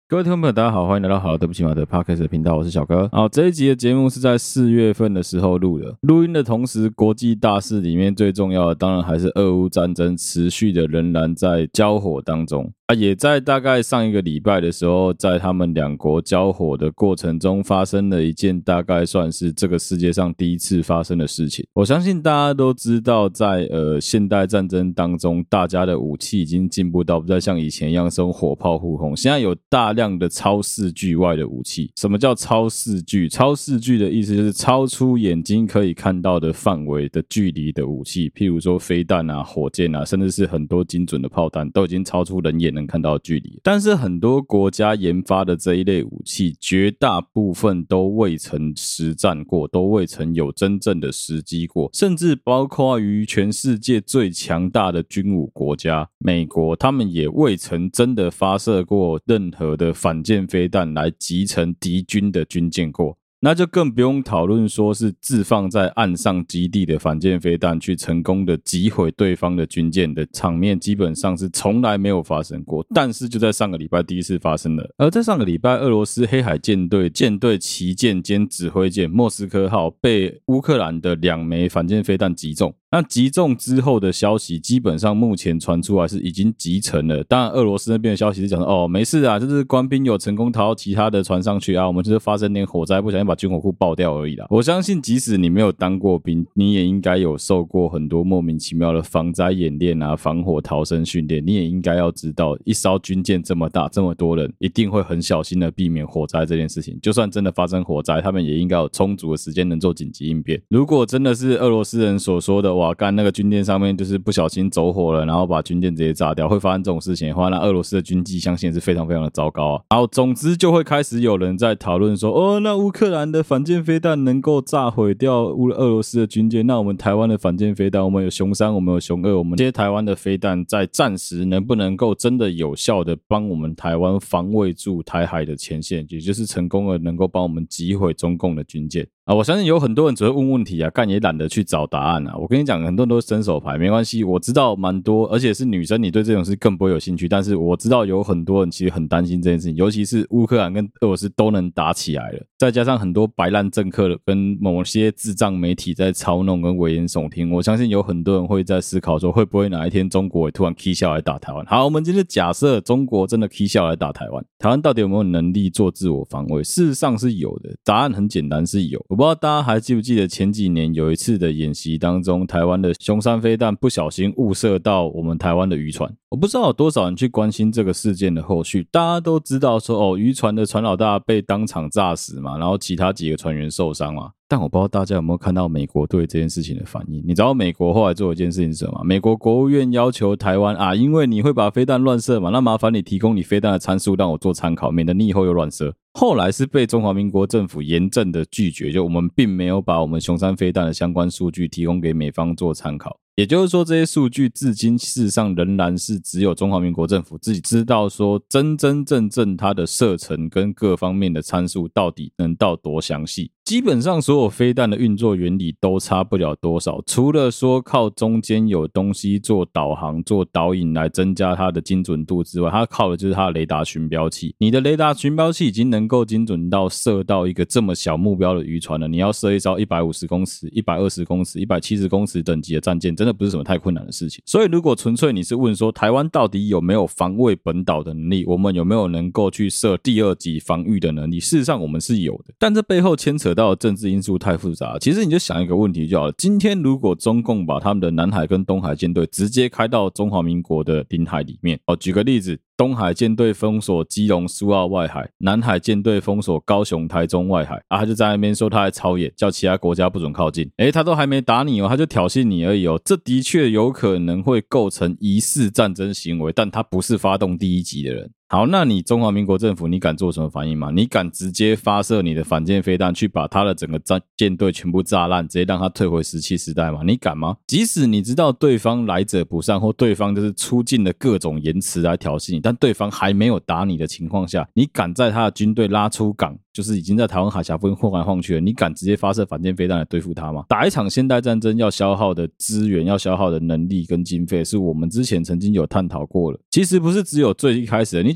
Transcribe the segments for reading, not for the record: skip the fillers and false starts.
各位听众朋友大家好，欢迎来到好对不起嘛的 Podcast 的频道，我是小哥。好，这一集的节目是在4月份的时候录的，录音的同时国际大事里面最重要的当然还是俄乌战争持续的仍然在交火当中。也在大概上一个礼拜的时候，在他们两国交火的过程中发生了一件大概算是这个世界上第一次发生的事情。我相信大家都知道在现代战争当中，大家的武器已经进步到不再像以前一样是用火炮互轰，现在有大量的超视距外的武器。什么叫超视距？超视距的意思就是超出眼睛可以看到的范围的距离的武器，譬如说飞弹啊、火箭啊，甚至是很多精准的炮弹都已经超出人眼能看到的距离。但是很多国家研发的这一类武器，绝大部分都未曾实战过，都未曾有真正的时机过，甚至包括于全世界最强大的军武国家美国，他们也未曾真的发射过任何的反舰飞弹来击沉敌军的军舰过。那就更不用讨论说是置放在岸上基地的反舰飞弹去成功的击毁对方的军舰的场面，基本上是从来没有发生过。但是就在上个礼拜第一次发生了。而在上个礼拜，俄罗斯黑海舰队旗舰兼指挥舰莫斯科号被乌克兰的2枚反舰飞弹击中。那击中之后的消息基本上目前传出来是已经击沉了。当然俄罗斯那边的消息是讲说没事啊，就是官兵有成功逃到其他的船上去啊，我们就是发生点火灾，不小心把军火库爆掉而已啦。我相信即使你没有当过兵，你也应该有受过很多莫名其妙的防灾演练啊、防火逃生训练，你也应该要知道一艘军舰这么大这么多人，一定会很小心的避免火灾这件事情。就算真的发生火灾，他们也应该有充足的时间能做紧急应变。如果真的是俄罗斯人所说的哇干那个军舰上面就是不小心走火了，然后把军舰直接炸掉，会发生这种事情的话，那俄罗斯的军纪相信是非常非常的糟糕啊。然后总之就会开始有人在讨论说那乌克兰的反舰飞弹能够炸毁掉俄罗斯的军舰，那我们台湾的反舰飞弹，我们有雄3，我们有雄2，我们这些台湾的飞弹在战时能不能够真的有效的帮我们台湾防卫住台海的前线，也就是成功的能够帮我们击毁中共的军舰啊。我相信有很多人只会问问题啊，干也懒得去找答案啊。我跟你讲，很多人都是伸手牌，没关系，我知道蛮多，而且是女生，你对这种事更不会有兴趣。但是我知道有很多人其实很担心这件事情，尤其是乌克兰跟俄罗斯都能打起来了，再加上很多白烂政客跟某些智障媒体在操弄跟危言耸听，我相信有很多人会在思考说，会不会哪一天中国也突然起笑来打台湾。好，我们今天假设中国真的起笑来打台湾，台湾到底有没有能力做自我防卫？事实上是有的，答案很简单，是有。我不知道大家还记不记得前几年有一次的演习当中，台湾的雄3飞弹不小心误射到我们台湾的渔船。我不知道有多少人去关心这个事件的后续，大家都知道说渔船的船老大被当场炸死嘛，然后其他几个船员受伤嘛。但我不知道大家有没有看到美国对这件事情的反应。你知道美国后来做一件事情是什么吗？美国国务院要求台湾因为你会把飞弹乱射嘛，那麻烦你提供你飞弹的参数让我做参考，免得你以后又乱射。后来是被中华民国政府严正的拒绝，就我们并没有把我们雄3飞弹的相关数据提供给美方做参考。也就是说，这些数据至今事实上仍然是只有中华民国政府自己知道说真正它的射程跟各方面的参数到底能到多详细。基本上所有飞弹的运作原理都差不了多少，除了说靠中间有东西做导航做导引来增加它的精准度之外，它靠的就是它的雷达寻标器。你的雷达寻标器已经能够精准到射到一个这么小目标的渔船了，你要射一艘150公尺120公尺170公尺等级的战舰真的不是什么太困难的事情。所以如果纯粹你是问说台湾到底有没有防卫本岛的能力，我们有没有能够去设第2级防御的能力，事实上我们是有的，但这背后牵扯到的政治因素太复杂了。其实你就想一个问题就好了，今天如果中共把他们的南海跟东海舰队直接开到中华民国的领海里面，举个例子，东海舰队封锁基隆苏澳外海，南海舰队封锁高雄台中外海他就在那边说他在操演，叫其他国家不准靠近。他都还没打你他就挑衅你而已这的确有可能会构成疑似战争行为，但他不是发动第1击的人。好，那你中华民国政府你敢做什么反应吗？你敢直接发射你的反舰飞弹去把他的整个舰队全部炸烂，直接让他退回石器时代吗？你敢吗？即使你知道对方来者不善，或对方就是出尽了各种言辞来挑衅你，但对方还没有打你的情况下，你敢在他的军队拉出港，就是已经在台湾海峡附近晃来晃去了，你敢直接发射反舰飞弹来对付他吗？打一场现代战争要消耗的资源，要消耗的能力跟经费，是我们之前曾经有探讨过了。其实不是只有最一开始的，你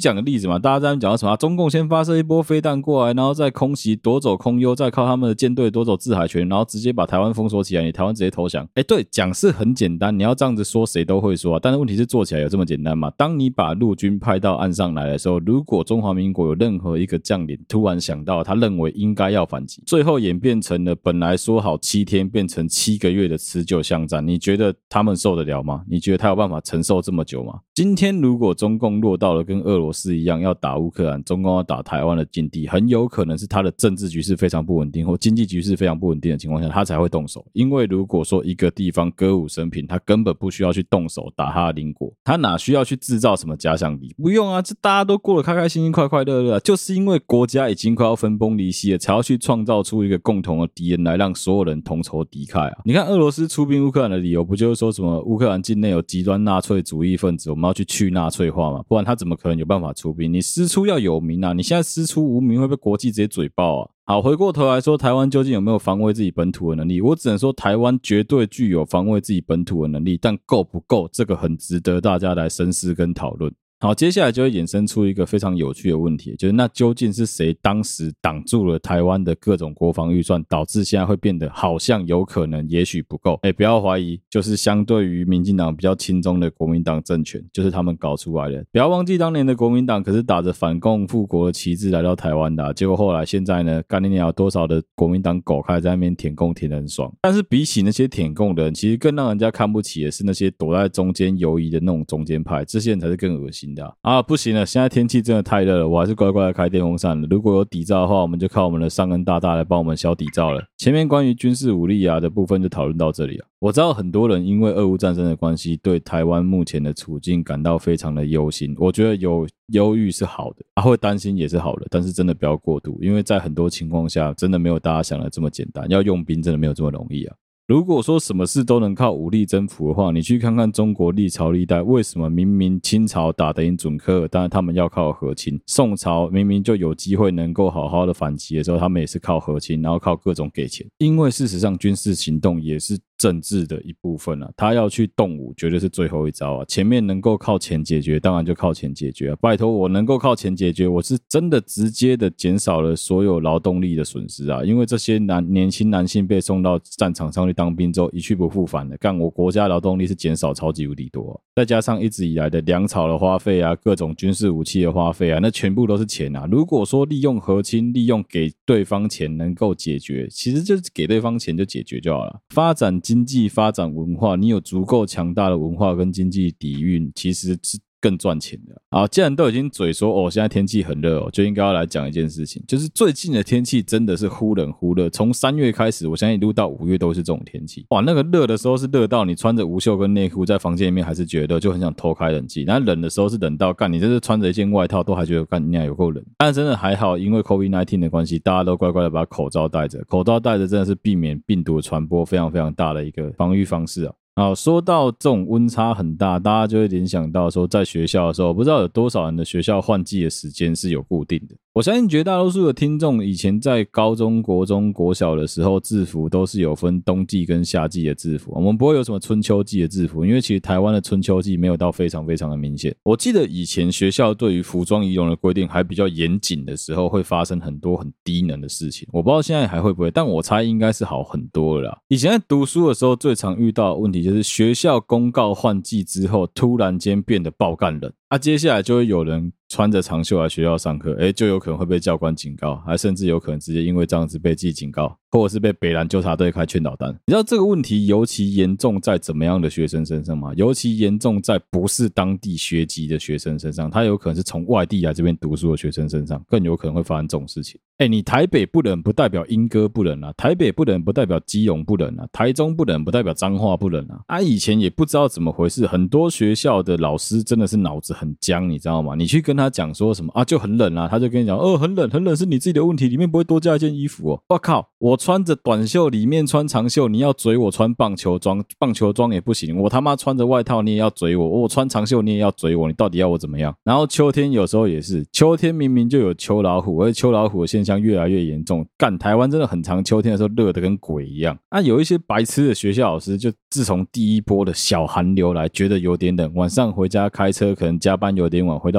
讲个例子嘛，大家在那边讲到什么中共先发射一波飞弹过来，然后再空袭夺走空优，再靠他们的舰队夺走制海权，然后直接把台湾封锁起来，你台湾直接投降。对，讲是很简单，你要这样子说谁都会说啊，但是问题是做起来有这么简单吗？当你把陆军派到岸上来的时候，如果中华民国有任何一个将领突然想到他认为应该要反击，最后演变成了本来说好7天变成7个月的持久巷战，你觉得他们受得了吗？你觉得他有办法承受这么久吗？今天如果中共落到了跟俄罗斯一样要打乌克兰，中共要打台湾的境地，很有可能是他的政治局势非常不稳定或经济局势非常不稳定的情况下，他才会动手。因为如果说一个地方歌舞升平，他根本不需要去动手打他的邻国，他哪需要去制造什么假想敌？不用啊，这大家都过得开开心心快快乐乐啊，就是因为国家已经快要分崩离析了，才要去创造出一个共同的敌人来让所有人同仇敌忾啊。你看俄罗斯出兵乌克兰的理由不就是说什么乌克兰境内有极端纳粹主义分子，我们要去纳粹化嘛，不然他怎么可能有办法出兵？你师出要有名啊，你现在师出无名会被国际直接嘴爆啊。好，回过头来说，台湾究竟有没有防卫自己本土的能力？我只能说台湾绝对具有防卫自己本土的能力，但够不够，这个很值得大家来深思跟讨论。好，接下来就会衍生出一个非常有趣的问题，就是那究竟是谁当时挡住了台湾的各种国防预算，导致现在会变得好像有可能也许不够。不要怀疑，就是相对于民进党比较亲中的国民党政权，就是他们搞出来的。不要忘记当年的国民党可是打着反共复国的旗帜来到台湾的结果后来现在呢，干你娘有多少的国民党狗开在那边舔共舔得很爽。但是比起那些舔共的人，其实更让人家看不起的是那些躲在中间游移的那种中间派，这些人才是更恶心的不行了，现在天气真的太热了，我还是乖乖的开电风扇了。如果有底噪的话，我们就靠我们的上恩大大来帮我们消底噪了。前面关于军事武力的部分就讨论到这里我知道很多人因为俄乌战争的关系，对台湾目前的处境感到非常的忧心。我觉得有忧郁是好的，会担心也是好的，但是真的不要过度，因为在很多情况下，真的没有大家想的这么简单，要用兵真的没有这么容易如果说什么事都能靠武力征服的话，你去看看中国历朝历代，为什么明明清朝打得赢准科尔，当然他们要靠和亲；宋朝明明就有机会能够好好的反击的时候，他们也是靠和亲，然后靠各种给钱。因为事实上军事行动也是政治的一部分他要去动武绝对是最后一招前面能够靠钱解决，当然就靠钱解决拜托我能够靠钱解决，我是真的直接的减少了所有劳动力的损失因为这些年轻男性被送到战场上去当兵之后一去不复返的，干我国家劳动力是减少超级无敌多再加上一直以来的粮草的花费各种军事武器的花费那全部都是钱如果说利用和亲，利用给对方钱能够解决，其实就是给对方钱就解决就好了。发展经济，发展文化，你有足够强大的文化跟经济底蕴，其实是更赚钱的好，既然都已经嘴说现在天气很热就应该要来讲一件事情，就是最近的天气真的是忽冷忽热，从3月开始，我相信一路到5月都是这种天气那个热的时候是热到你穿着无袖跟内裤在房间里面还是觉得就很想偷开冷气，那冷的时候是冷到干你这是穿着一件外套都还觉得干你娘有够冷。但真的还好，因为 COVID-19 的关系，大家都乖乖的把口罩戴着，口罩戴着真的是避免病毒传播非常非常大的一个防御方式好，说到这种温差很大，大家就会联想到说在学校的时候，不知道有多少人的学校换季的时间是有固定的。我相信绝大多数的听众以前在高中、国中、国小的时候，制服都是有分冬季跟夏季的制服，我们不会有什么春秋季的制服，因为其实台湾的春秋季没有到非常非常的明显。我记得以前学校对于服装仪容的规定还比较严谨的时候，会发生很多很低能的事情，我不知道现在还会不会，但我猜应该是好很多了啦。以前在读书的时候最常遇到的问题就是学校公告换季之后突然间变得爆干冷接下来就会有人穿着长袖来学校上课就有可能会被教官警告，还甚至有可能直接因为这样子被记警告，或者是被北兰纠察队开劝导单。你知道这个问题尤其严重在怎么样的学生身上吗？尤其严重在不是当地学籍的学生身上，他有可能是从外地来这边读书的学生身上，更有可能会发生这种事情。你台北不冷不代表莺歌不冷台北不冷不代表基隆不冷台中不冷不代表彰化不冷以前也不知道怎么回事，很多学校的老师真的是脑子很僵，你知道吗？你去跟他讲说什么就很冷他就跟你讲很冷很冷是你自己的问题，里面不会多加一件衣服我靠，我穿着短袖里面穿长袖，你要嘴我穿棒球装，棒球装也不行，我他妈穿着外套你也要嘴我穿长袖你也要嘴我，你到底要我怎么样？然后秋天有时候也是，秋天明明就有秋老虎，而且秋老虎的现象越来越严重，干台湾真的很长，秋天的时候热得跟鬼一样有一些白痴的学校老师就自从第一波的小寒流来觉得有点冷，晚上回家开车可能加班有点晚，回到家觉得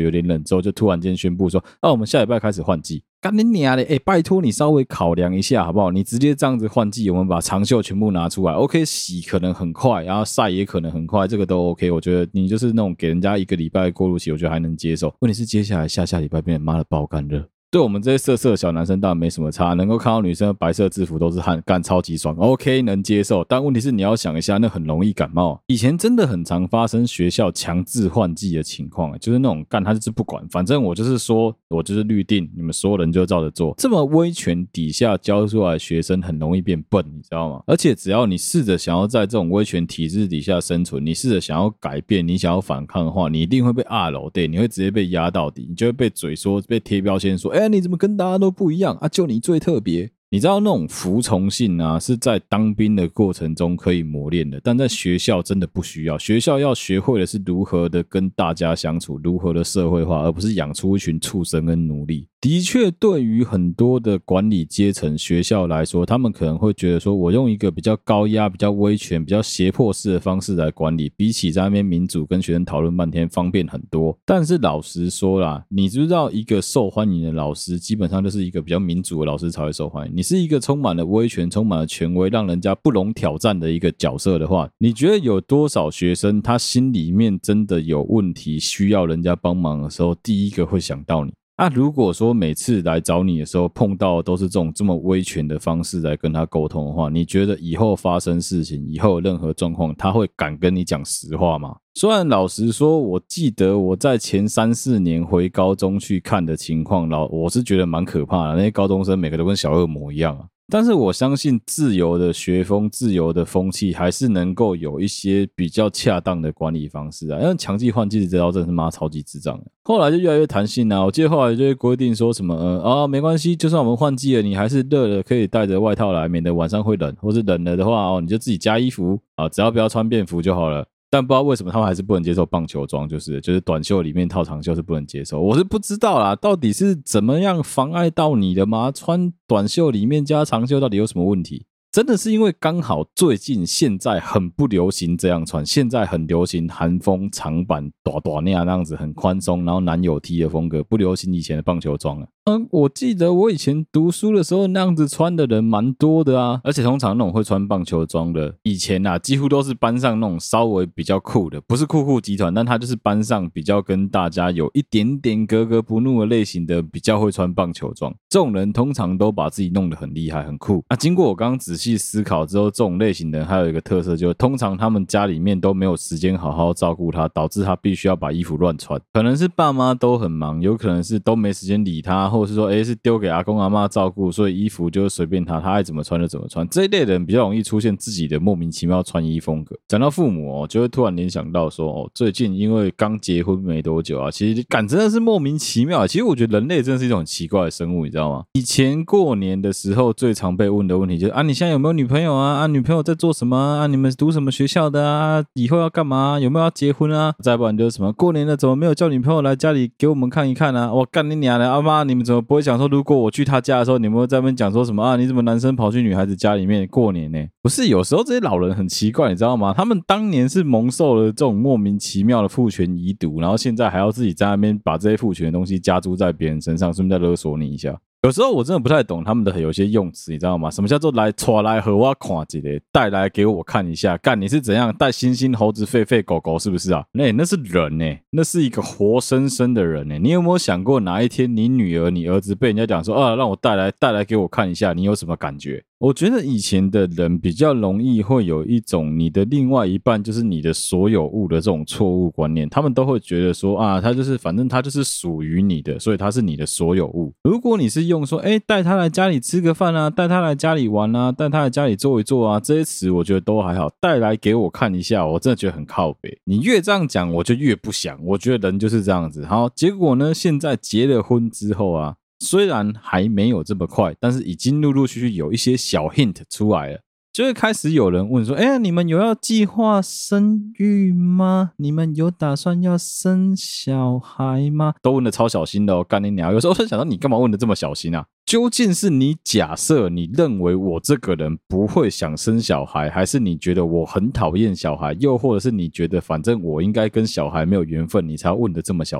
有点冷之后，就突然间宣布说，我们下礼拜开始换季。干你娘的！拜托你稍微考量一下好不好？你直接这样子换季，我们把长袖全部拿出来 ，OK， 洗可能很快，然后晒也可能很快，这个都 OK。我觉得你就是那种给人家1个礼拜的过渡期，我觉得还能接受。问题是接下来下礼拜变成妈的爆干热。对我们这些色色小男生当然没什么差，能够看到女生的白色制服都是汗，干超级爽 ，OK 能接受。但问题是你要想一下，那很容易感冒。以前真的很常发生学校强制换季的情况，就是那种干他就是不管，反正我就是说我就是律定，你们所有人就照着做。这么威权底下教出来的学生很容易变笨，你知道吗？而且只要你试着想要在这种威权体制底下生存，你试着想要改变，你想要反抗的话，你一定会被楼对，你会直接被压到底，你就会被嘴说，被贴标签说，你怎么跟大家都不一样啊？就你最特别。你知道那种服从性啊，是在当兵的过程中可以磨练的，但在学校真的不需要。学校要学会的是如何的跟大家相处，如何的社会化，而不是养出一群畜生跟奴隶。的确，对于很多的管理阶层学校来说，他们可能会觉得说，我用一个比较高压、比较威权、比较胁迫式的方式来管理，比起在那边民主跟学生讨论半天方便很多。但是老实说啦，你知道一个受欢迎的老师，基本上就是一个比较民主的老师才会受欢迎。你是一个充满了威权、充满了权威，让人家不容挑战的一个角色的话，你觉得有多少学生他心里面真的有问题，需要人家帮忙的时候，第一个会想到你？如果说每次来找你的时候碰到都是这种这么威权的方式来跟他沟通的话，你觉得以后发生事情，以后任何状况，他会敢跟你讲实话吗？虽然老实说，我记得我在前3-4年回高中去看的情况，我是觉得蛮可怕的，那些高中生每个都跟小恶魔一样啊。但是我相信自由的学风、自由的风气还是能够有一些比较恰当的管理方式啊，因为强制换季这招真的是妈超级智障的。后来就越来越弹性啊，我记得后来就会规定说什么没关系，就算我们换季了，你还是热了可以带着外套来，免得晚上会冷，或是冷了的话你就自己加衣服啊，只要不要穿便服就好了。但不知道为什么他们还是不能接受棒球装，就是短袖里面套长袖是不能接受。我是不知道啦，到底是怎么样妨碍到你的吗？穿短袖里面加长袖到底有什么问题？真的是因为刚好最近现在很不流行这样穿，现在很流行韩风长版短那样子很宽松，然后男友 T 的风格，不流行以前的棒球装了。我记得我以前读书的时候那样子穿的人蛮多的啊，而且通常那种会穿棒球装的，以前几乎都是班上那种稍微比较酷的，不是酷集团，但他就是班上比较跟大家有一点点格格不入的类型的，比较会穿棒球装。这种人通常都把自己弄得很厉害很酷经过我刚刚仔细思考之后，这种类型的人还有一个特色，就是通常他们家里面都没有时间好好照顾他，导致他必须要把衣服乱穿，可能是爸妈都很忙，有可能是都没时间理他，或者是说是丢给阿公阿嬷照顾，所以衣服就随便他爱怎么穿就怎么穿。这一类的人比较容易出现自己的莫名其妙穿衣风格。讲到父母就会突然联想到说最近因为刚结婚没多久其实真的是莫名其妙。其实我觉得人类真的是一种很奇怪的生物，你知道吗？以前过年的时候最常被问的问题就是你现在有没有女朋友啊？女朋友在做什么你们读什么学校的啊？以后要干嘛？有没有要结婚啊？再不然就是什么过年了怎么没有叫女朋友来家里给我们看一看啊？我干你娘的妈，你们怎么不会想说如果我去他家的时候，你们会在那边讲说什么你怎么男生跑去女孩子家里面过年呢？不是，有时候这些老人很奇怪，你知道吗？他们当年是蒙受了这种莫名其妙的父权遗毒，然后现在还要自己在那边把这些父权的东西加诸在别人身上，顺便再勒索你一下。有时候我真的不太懂他们的有些用词，你知道吗？什么叫做来带来和我看一下，带来给我看一下？干你是怎样带猩猩、猴子、狒狗狗是不是啊？那是人那是一个活生生的人你有没有想过哪一天你女儿、你儿子被人家讲说让我带来给我看一下，你有什么感觉？我觉得以前的人比较容易会有一种你的另外一半就是你的所有物的这种错误观念，他们都会觉得说他就是反正他就是属于你的，所以他是你的所有物。如果你是用说带他来家里吃个饭啊，带他来家里玩啊，带他来家里坐一坐啊，这些词我觉得都还好。带来给我看一下，我真的觉得很靠北。你越这样讲我就越不想，我觉得人就是这样子。好，结果呢现在结了婚之后虽然还没有这么快，但是已经陆陆续续有一些小 hint 出来了，就会开始有人问说你们有要计划生育吗？你们有打算要生小孩吗？都问得超小心的干你娘。有时候我想到你干嘛问得这么小心啊？究竟是你假设你认为我这个人不会想生小孩，还是你觉得我很讨厌小孩，又或者是你觉得反正我应该跟小孩没有缘分，你才要问得这么小心？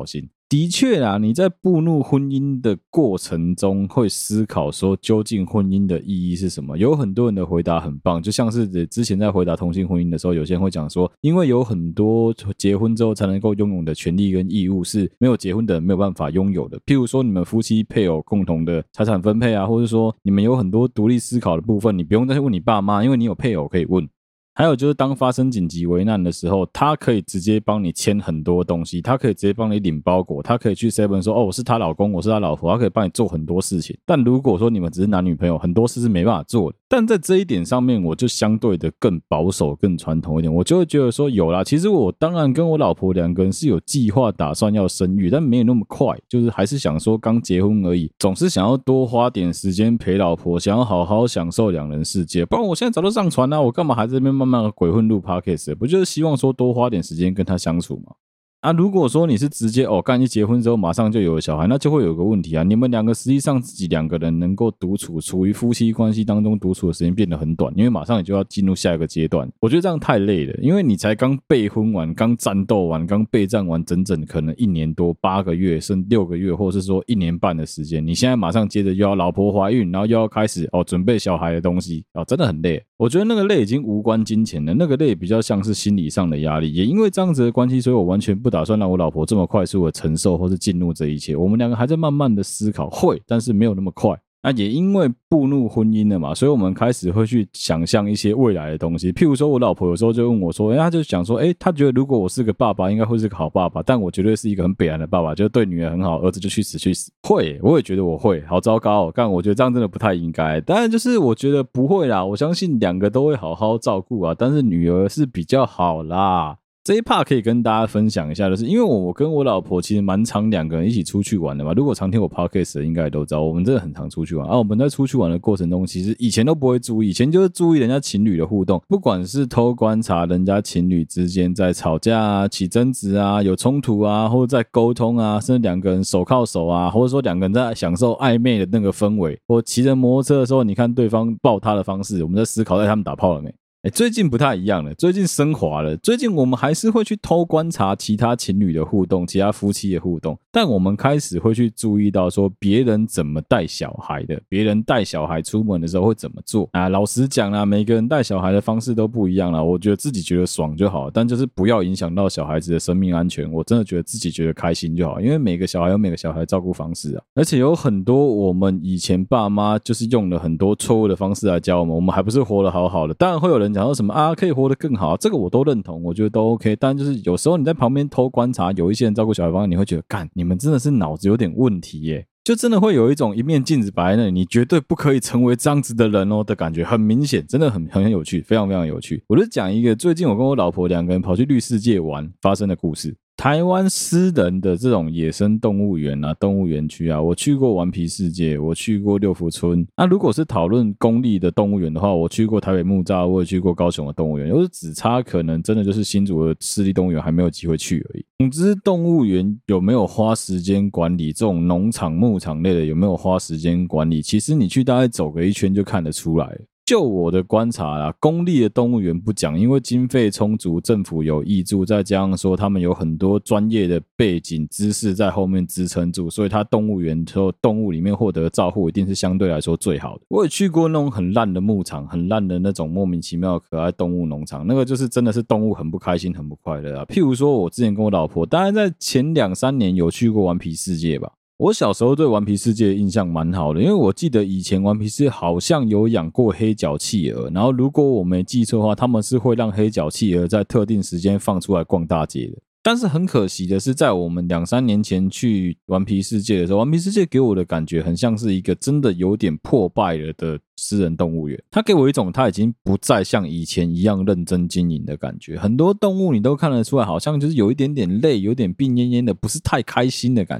的确啦，你在步入婚姻的过程中会思考说究竟婚姻的意义是什么。有很多人的回答很棒，就像是之前在回答同性婚姻的时候，有些人会讲说，因为有很多结婚之后才能够拥有的权利跟义务是没有结婚的人没有办法拥有的，譬如说你们夫妻配偶共同的财产分配啊，或者说你们有很多独立思考的部分，你不用再去问你爸妈，因为你有配偶可以问。还有就是当发生紧急危难的时候，他可以直接帮你签很多东西，他可以直接帮你领包裹，他可以去 7 说我是他老公，我是他老婆，他可以帮你做很多事情。但如果说你们只是男女朋友，很多事是没办法做的。但在这一点上面，我就相对的更保守更传统一点，我就会觉得说有啦，其实我当然跟我老婆两个人是有计划打算要生育，但没有那么快，就是还是想说刚结婚而已，总是想要多花点时间陪老婆，想要好好享受两人世界。不然我现在早就上船啦，我干嘛还在这边慢慢的鬼混录 podcast， 不就是希望说多花点时间跟他相处吗？如果说你是直接干一结婚之后马上就有了小孩，那就会有个问题啊，你们两个实际上自己两个人能够独处，处于夫妻关系当中独处的时间变得很短，因为马上你就要进入下一个阶段。我觉得这样太累了，因为你才刚备婚完，刚战斗完，刚备战完，整整可能1年多8个月甚至6个月，或者是说1年半的时间，你现在马上接着又要老婆怀孕，然后又要开始准备小孩的东西真的很累。我觉得那个累已经无关金钱了，那个累比较像是心理上的压力。也因为这样子的关系，所以我完全不打算让我老婆这么快速的承受或是进入这一切。我们两个还在慢慢的思考，会，但是没有那么快。也因为步入婚姻了嘛，所以我们开始会去想象一些未来的东西。譬如说我老婆有时候就问我说，他就想说，他觉得如果我是个爸爸，应该会是个好爸爸，但我绝对是一个很北蓝的爸爸，就对女儿很好，儿子就去死去死。会，我也觉得我会，好糟糕干我觉得这样真的不太应该。当然就是我觉得不会啦，我相信两个都会好好照顾啊，但是女儿是比较好啦。这一 part 可以跟大家分享一下，就是因为我跟我老婆其实蛮常两个人一起出去玩的嘛。如果常听我 podcast 的应该也都知道，我们真的很常出去玩。我们在出去玩的过程中，其实以前都不会注意，以前就是注意人家情侣的互动，不管是偷观察人家情侣之间在吵架啊、起争执啊、有冲突啊，或者在沟通啊，甚至两个人手靠手啊，或者说两个人在享受暧昧的那个氛围，或骑着摩托车的时候，你看对方抱他的方式，我们在思考他们打炮了没。最近不太一样了，最近升华了。最近我们还是会去偷观察其他情侣的互动，其他夫妻的互动，但我们开始会去注意到说别人怎么带小孩的，别人带小孩出门的时候会怎么做老实讲啦，每个人带小孩的方式都不一样啦，我觉得自己觉得爽就好，但就是不要影响到小孩子的生命安全。我真的觉得自己觉得开心就好，因为每个小孩有每个小孩的照顾方式而且有很多我们以前爸妈就是用了很多错误的方式来教我们还不是活得好好的。当然会有人讲说什么可以活得更好，这个我都认同，我觉得都 OK。但就是有时候你在旁边偷观察，有一些人照顾小孩方式，你会觉得干，你们真的是脑子有点问题耶，就真的会有一种一面镜子摆在那里，你绝对不可以成为这样子的人的感觉，很明显，真的很有趣，非常非常有趣。我就讲一个最近我跟我老婆两个人跑去绿世界玩发生的故事。台湾私人的这种野生动物园动物园区我去过顽皮世界，我去过六福村。如果是讨论公立的动物园的话，我去过台北木栅，我也去过高雄的动物园，就是只差可能真的就是新竹的私立动物园还没有机会去而已。总之动物园有没有花时间管理，这种农场牧场类的有没有花时间管理，其实你去大概走个一圈就看得出来了。就我的观察啦，公立的动物园不讲，因为经费充足，政府有挹注，再加上说他们有很多专业的背景知识在后面支撑住，所以它动物园之后动物里面获得的照护一定是相对来说最好的。我也去过那种很烂的牧场，很烂的那种莫名其妙的可爱动物农场，那个就是真的是动物很不开心很不快乐譬如说我之前跟我老婆大概在前2-3年有去过顽皮世界吧。我小时候对顽皮世界的印象蛮好的，因为我记得以前顽皮世界好像有养过黑脚企鹅，然后如果我没记错的话，他们是会让黑脚企鹅在特定时间放出来逛大街的。但是很可惜的是，在我们2-3年前去顽皮世界的时候，顽皮世界给我的感觉很像是一个真的有点破败了的私人动物园，它给我一种它已经不再像以前一样认真经营的感觉。很多动物你都看得出来，好像就是有一点点累，有点病恹恹的，不是太开心的感觉。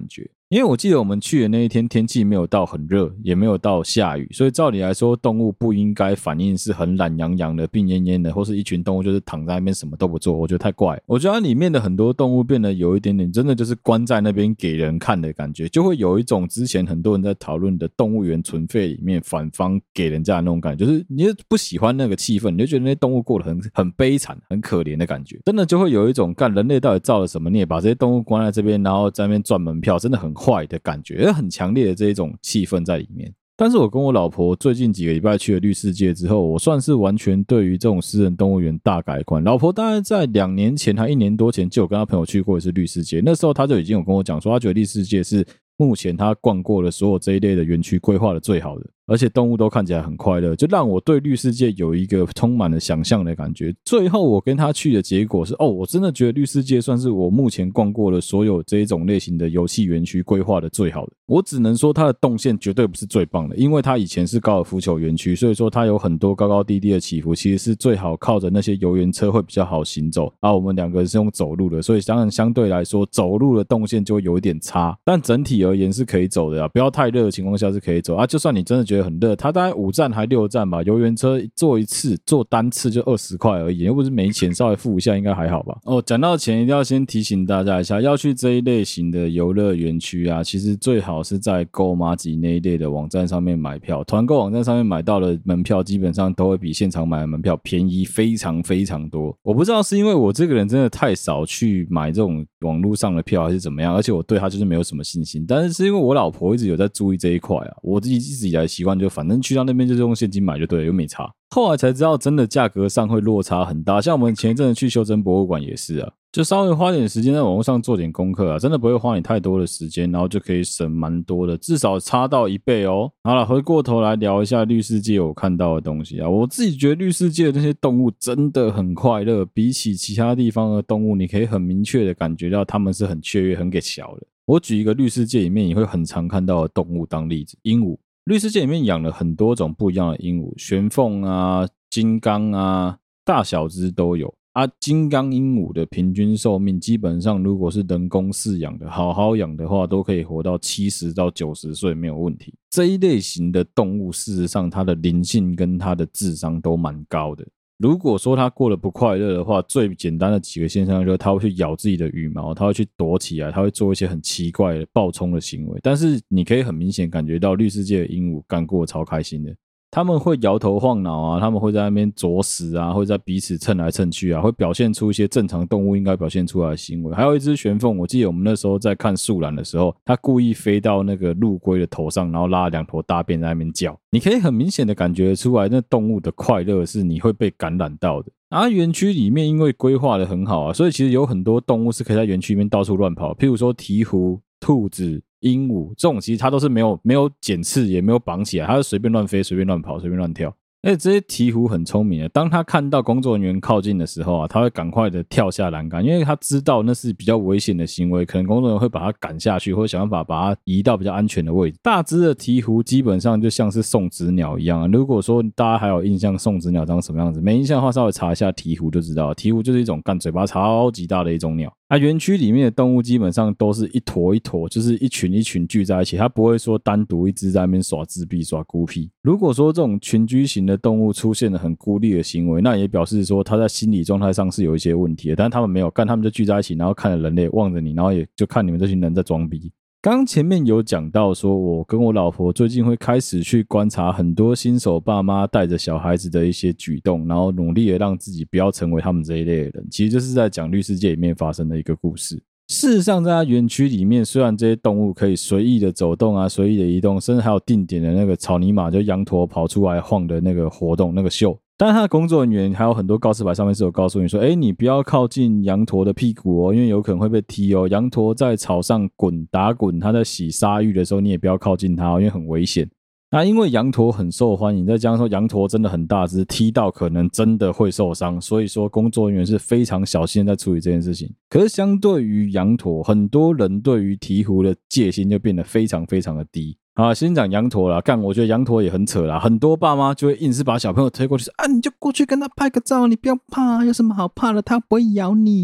因为我记得我们去的那一天天气没有到很热，也没有到下雨，所以照理来说动物不应该反应是很懒洋洋的、病恹恹的，或是一群动物就是躺在那边什么都不做，我觉得太怪了。我觉得它里面的很多动物变得有一点点真的就是关在那边给人看的感觉，就会有一种之前很多人在讨论的动物园存废里面反方给人家的那种感觉，就是你不喜欢那个气氛，你就觉得那些动物过得很悲惨、很可怜的感觉，真的就会有一种干人类到底造了什么孽，把这些动物关在这边，然后在那边赚门票，真的很坏的感觉，很强烈的这一种气氛在里面。但是我跟我老婆最近几个礼拜去了绿世界之后，我算是完全对于这种私人动物园大改观。老婆大概在2年前还1年多前就有跟她朋友去过一次绿世界，那时候她就已经有跟我讲说，她觉得绿世界是目前她逛过了所有这一类的园区规划的最好的，而且动物都看起来很快乐，就让我对绿世界有一个充满了想象的感觉。最后我跟她去的结果是，我真的觉得绿世界算是我目前逛过了所有这一种类型的游戏园区规划的最好的。我只能说它的动线绝对不是最棒的，因为它以前是高尔夫球园区，所以说它有很多高高低低的起伏，其实是最好靠着那些游园车会比较好行走。我们2个是用走路的，所以当然相对来说走路的动线就会有一点差，但整体而言是可以走的啊，不要太热的情况下是可以走啊。就算你真的觉得很热，它大概5站还6站吧，游园车坐一次坐单次就20块而已，又不是没钱，稍微付一下应该还好吧。讲到钱一定要先提醒大家一下，要去这一类型的游乐园区啊，其实最好是在购麻吉那一类的网站上面买票，团购网站上面买到的门票基本上都会比现场买的门票便宜非常非常多。我不知道是因为我这个人真的太少去买这种网络上的票还是怎么样，而且我对它就是没有什么信心，但是因为我老婆一直有在注意这一块啊，我自己一直以来习惯就反正去到那边就是用现金买就对了，又没差。后来才知道真的价格上会落差很大，像我们前一阵子去修真博物馆也是啊，就稍微花点时间在网络上做点功课啊，真的不会花你太多的时间，然后就可以省蛮多的，至少差到1倍哦。好了，回过头来聊一下绿世界我看到的东西啊，我自己觉得绿世界的那些动物真的很快乐，比起其他地方的动物，你可以很明确的感觉到它们是很雀跃、很给小的。我举一个绿世界里面你会很常看到的动物当例子，鹦鹉。绿世界里面养了很多种不一样的鹦鹉，玄凤啊、金刚啊，大小只都有啊。金刚鹦鹉的平均寿命基本上如果是人工饲养的，好好养的话，都可以活到70到90岁没有问题。这一类型的动物事实上它的灵性跟它的智商都蛮高的。如果说它过得不快乐的话，最简单的几个现象就是它会去咬自己的羽毛，它会去躲起来，它会做一些很奇怪的暴冲的行为。但是你可以很明显感觉到绿世界的鹦鹉干过超开心的，他们会摇头晃脑啊，他们会在那边啄食啊，会在彼此蹭来蹭去啊，会表现出一些正常动物应该表现出来的行为。还有一只玄凤，我记得我们那时候在看树懒的时候，它故意飞到那个陆龟的头上，然后拉2坨大便在那边叫。你可以很明显的感觉出来，那动物的快乐是你会被感染到的。园区里面因为规划的很好啊，所以其实有很多动物是可以在园区里面到处乱跑，譬如说鹈鹕、兔子、鹦鹉这种，其实它都是没有剪刺，也没有绑起来，它是随便乱飞、随便乱跑、随便乱跳。而且这些鹈鹕很聪明的，当它看到工作人员靠近的时候啊，它会赶快的跳下栏杆，因为它知道那是比较危险的行为，可能工作人员会把它赶下去，或者想办法把它移到比较安全的位置。大只的鹈鹕基本上就像是送子鸟一样啊。如果说大家还有印象送子鸟长什么样子，没印象的话稍微查一下鹈鹕就知道了。鹈鹕就是一种干嘴巴超级大的一种鸟。园区里面的动物基本上都是一坨一坨，就是一群一群聚在一起，它不会说单独一只在那边耍自闭耍孤僻。如果说这种群居型的动物出现了很孤立的行为，那也表示说它在心理状态上是有一些问题的，但是他们没有干，他们就聚在一起，然后看着人类望着你，然后也就看你们这群人在装逼。刚前面有讲到说，我跟我老婆最近会开始去观察很多新手爸妈带着小孩子的一些举动，然后努力的让自己不要成为他们这一类的人，其实就是在讲绿世界里面发生的一个故事。事实上在它园区里面，虽然这些动物可以随意的走动啊，随意的移动，甚至还有定点的那个草泥马，就羊驼跑出来晃的那个活动那个秀，但是他的工作人员还有很多告示牌上面是有告诉你说，你不要靠近羊驼的屁股哦，因为有可能会被踢哦。羊驼在草上打滚，他在洗沙浴的时候你也不要靠近它哦，因为很危险。那因为羊驼很受欢迎，再加上说羊驼真的很大只，踢到可能真的会受伤，所以说工作人员是非常小心在处理这件事情。可是相对于羊驼，很多人对于鹈鹕的戒心就变得非常非常的低。好，先讲羊驼啦，我觉得羊驼也很扯啦，很多爸妈就会硬是把小朋友推过去说，你就过去跟他拍个照，你不要怕，有什么好怕的，他不会咬你。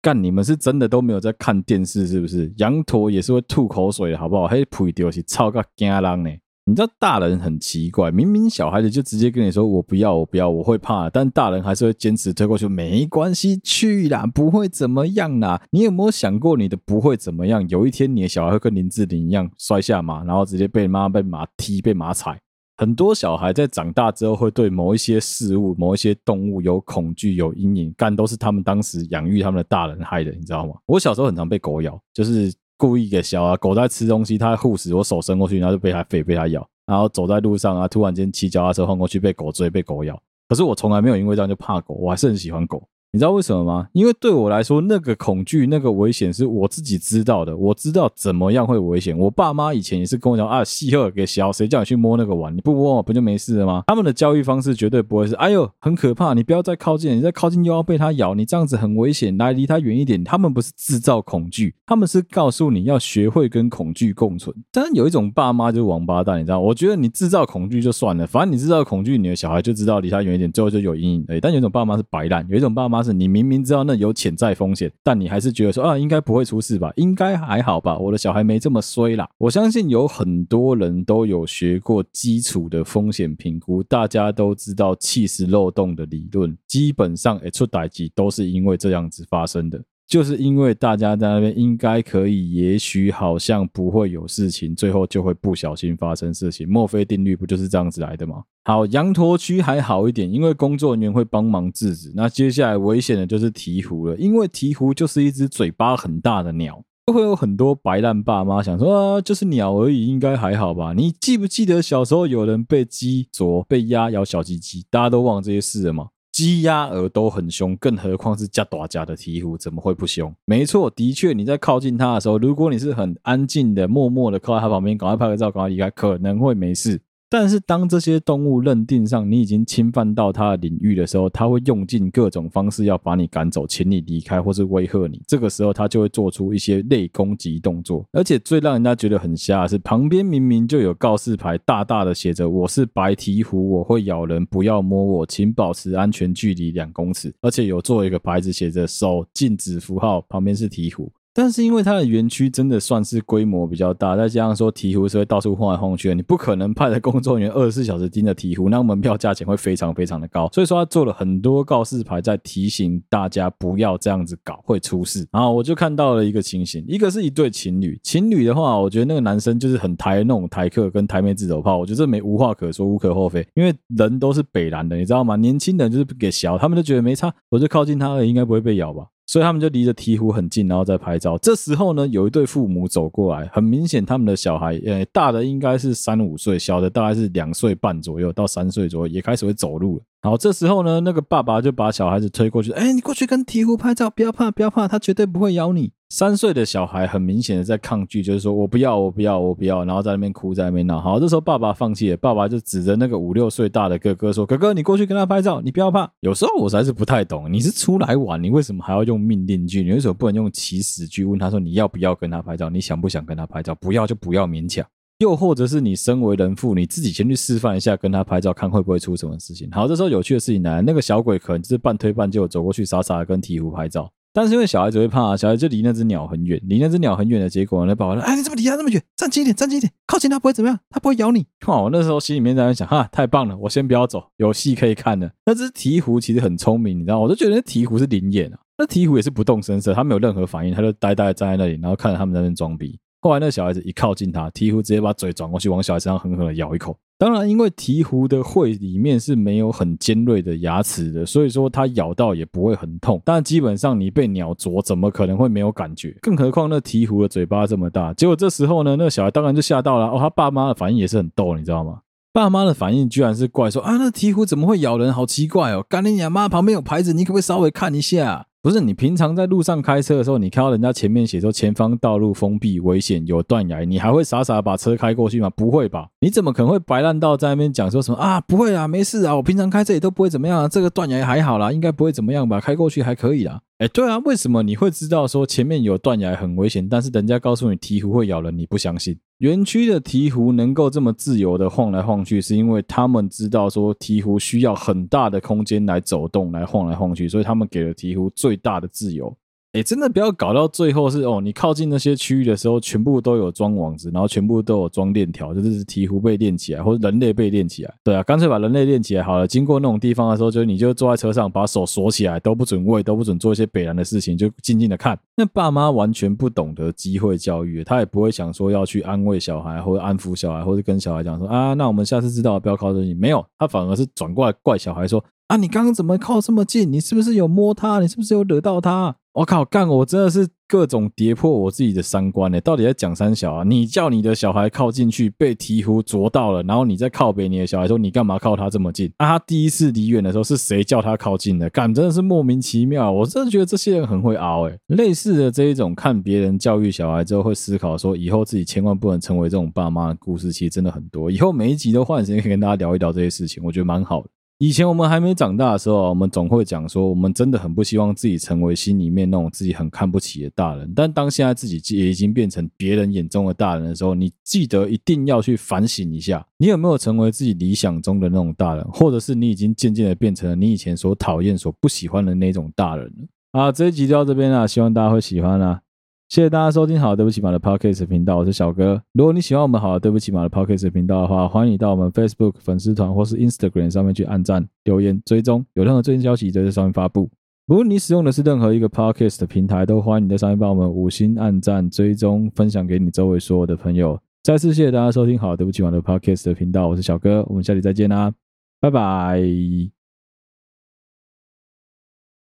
干，你们是真的都没有在看电视是不是？羊驼也是会吐口水的好不好？嘿，屁就是臭到惊人呢。你知道大人很奇怪，明明小孩子就直接跟你说我不要我不要我会怕，但大人还是会坚持推过去，没关系去啦，不会怎么样啦。你有没有想过你的不会怎么样？有一天你的小孩会跟林志玲一样摔下马，然后直接被妈妈被马踢被马踩。很多小孩在长大之后会对某一些事物某一些动物有恐惧有阴影，干都是他们当时养育他们的大人害的，你知道吗？我小时候很常被狗咬，就是故意给小啊，狗在吃东西，它护食，我手伸过去，然后就被它被它咬，然后走在路上啊，突然间骑脚踏车晃过去被狗追被狗咬。可是我从来没有因为这样就怕狗，我还是很喜欢狗。你知道为什么吗？因为对我来说，那个恐惧、那个危险是我自己知道的，我知道怎么样会危险。我爸妈以前也是跟我讲啊，细鹤给小，谁叫你去摸那个碗？你不摸我不就没事了吗？他们的教育方式绝对不会是，哎呦，很可怕，你不要再靠近，你再靠近又要被它咬，你这样子很危险，来离它远一点。他们不是制造恐惧，他们是告诉你要学会跟恐惧共存。当然有一种爸妈就是王八蛋，你知道？我觉得你制造恐惧就算了，反正你制造恐惧，你的小孩就知道离他远一点，最后就有阴影而已。但有一种爸妈是白烂，有一种爸妈是你明明知道那有潜在风险，但你还是觉得说啊，应该不会出事吧，应该还好吧，我的小孩没这么衰啦。我相信有很多人都有学过基础的风险评估，大家都知道气势漏洞的理论，基本上出代志都是因为这样子发生的。就是因为大家在那边应该可以，也许好像不会有事情，最后就会不小心发生事情。墨菲定律不就是这样子来的吗？好，羊驼区还好一点，因为工作人员会帮忙制止。那接下来危险的就是鹈鹕了，因为鹈鹕就是一只嘴巴很大的鸟。会有很多白烂爸妈想说啊，就是鸟而已，应该还好吧？你记不记得小时候有人被鸡啄、被鸭咬小鸡鸡，大家都忘了这些事了吗？鸡鸭鹅都很凶，更何况是加大家的鹈鹕，怎么会不凶？没错，的确你在靠近它的时候，如果你是很安静的默默的靠在它旁边，赶快拍个照赶快离开，可能会没事。但是当这些动物认定上你已经侵犯到它的领域的时候，它会用尽各种方式要把你赶走，请你离开或是威吓你。这个时候它就会做出一些类攻击动作。而且最让人家觉得很瞎的是，旁边明明就有告示牌大大的写着我是白鹈鹕，我会咬人，不要摸我，请保持安全距离2公尺。而且有做一个牌子写着手禁止符号，旁边是鹈鹕。但是因为它的园区真的算是规模比较大，再加上说鹈鹕是会到处晃来晃去的，你不可能派的工作人员24小时盯着鹈鹕，那门票价钱会非常非常的高。所以说他做了很多告示牌在提醒大家不要这样子搞，会出事。然后我就看到了一个情形，一个是一对情侣，情侣的话我觉得那个男生就是很台那种台客跟台妹自走炮，我觉得这无话可说，无可厚非，因为人都是北蓝的，你知道吗？年轻人就是不给小，他们就觉得没差，我就靠近他而已，应该不会被咬吧。所以他们就离着鹈鹕很近，然后再拍照。这时候呢，有一对父母走过来，很明显他们的小孩，大的应该是3、5岁，小的大概是2岁半左右到3岁左右，也开始会走路了。好，这时候呢，那个爸爸就把小孩子推过去，你过去跟鹈鹕拍照，不要怕，不要怕，他绝对不会咬你。3岁的小孩很明显的在抗拒，就是说我不要，我不要，我不要，然后在那边哭，在那边闹。好，这时候爸爸放弃了，爸爸就指着那个5、6岁大的哥哥说：“哥哥，你过去跟他拍照，你不要怕。”有时候我实在是不太懂，你是出来玩，你为什么还要用命令句？你为什么不能用起始句问他说你要不要跟他拍照？你想不想跟他拍照？不要就不要勉强。又或者是你身为人父，你自己先去示范一下，跟他拍照，看会不会出什么事情。好，这时候有趣的事情来了，那个小鬼可能就是半推半就走过去，傻傻的跟鹈鹕拍照。但是因为小孩子会怕，小孩就离那只鸟很远，离那只鸟很远的结果呢，爸爸说：“你怎么离它那么远？站近一点，站近一点，靠近它不会怎么样，它不会咬你。”我那时候心里面在那想，哈，太棒了，我先不要走，有戏可以看了。那只鹈鹕其实很聪明，你知道，我就觉得那鹈鹕是灵眼啊。那鹈鹕也是不动声色，它没有任何反应，它就呆呆站在那里，然后看着他们在那边装逼。后来那小孩子一靠近它，鹈鹕直接把嘴转过去，往小孩身上狠狠的咬一口。当然因为鹈鹕的喙里面是没有很尖锐的牙齿的，所以说它咬到也不会很痛，但基本上你被鸟啄怎么可能会没有感觉，更何况那鹈鹕的嘴巴这么大。结果这时候呢，那个小孩当然就吓到了，他爸妈的反应也是很逗，你知道吗？爸妈的反应居然是怪说啊，那鹈鹕怎么会咬人，好奇怪哦，干你娘妈，旁边有牌子，你可不可以稍微看一下？不是，你平常在路上开车的时候，你看到人家前面写说前方道路封闭危险有断崖，你还会傻傻把车开过去吗？不会吧，你怎么可能会白烂到在那边讲说什么啊，不会啊，没事啊，我平常开这里都不会怎么样啊，这个断崖还好啦，应该不会怎么样吧，开过去还可以啦。对啊，为什么你会知道说前面有断崖很危险，但是人家告诉你鹈鹕会咬人，你不相信？园区的鹈鹕能够这么自由的晃来晃去，是因为他们知道说鹈鹕需要很大的空间来走动，来晃来晃去，所以他们给了鹈鹕最大的自由。 真的不要搞到最后是你靠近那些区域的时候，全部都有装网子，然后全部都有装链条，就是鹈鹕被链起来，或者人类被链起来。对啊，干脆把人类链起来好了。经过那种地方的时候，就你就坐在车上，把手锁起来，都不准喂，都不准做一些北兰的事情，就静静的看。那爸妈完全不懂得机会教育，他也不会想说要去安慰小孩，或者安抚小孩，或者跟小孩讲说啊，那我们下次知道不要靠这里。没有，他反而是转过来怪小孩说啊，你刚刚怎么靠这么近？你是不是有摸他？你是不是有惹到他？我靠，干！我真的是各种跌破我自己的三观到底在讲三小啊？你叫你的小孩靠进去，被鹈鹕啄到了，然后你再靠北你的小孩说你干嘛靠他这么近？他第一次离远的时候是谁叫他靠近的？干，真的是莫名其妙。我真的觉得这些人很会熬类似的这一种看别人教育小孩之后会思考说以后自己千万不能成为这种爸妈的故事，其实真的很多。以后每一集都换时间可以跟大家聊一聊这些事情，我觉得蛮好的。以前我们还没长大的时候，我们总会讲说，我们真的很不希望自己成为心里面那种自己很看不起的大人。但当现在自己也已经变成别人眼中的大人的时候，你记得一定要去反省一下，你有没有成为自己理想中的那种大人，或者是你已经渐渐的变成了你以前所讨厌、所不喜欢的那种大人了。好，这一集就到这边啦，希望大家会喜欢啦。谢谢大家收听好对不起马的 Podcast 频道，我是小哥。如果你喜欢我们好对不起马的 Podcast 频道的话，欢迎你到我们 Facebook 粉丝团或是 Instagram 上面去按赞、留言、追踪，有任何最新消息就在上面发布。如果你使用的是任何一个 Podcast 的平台，都欢迎你在上面帮我们5星按赞、追踪、分享给你周围所有的朋友。再次谢谢大家收听好对不起马的 Podcast 频道，我是小哥，我们下期再见啦，拜拜。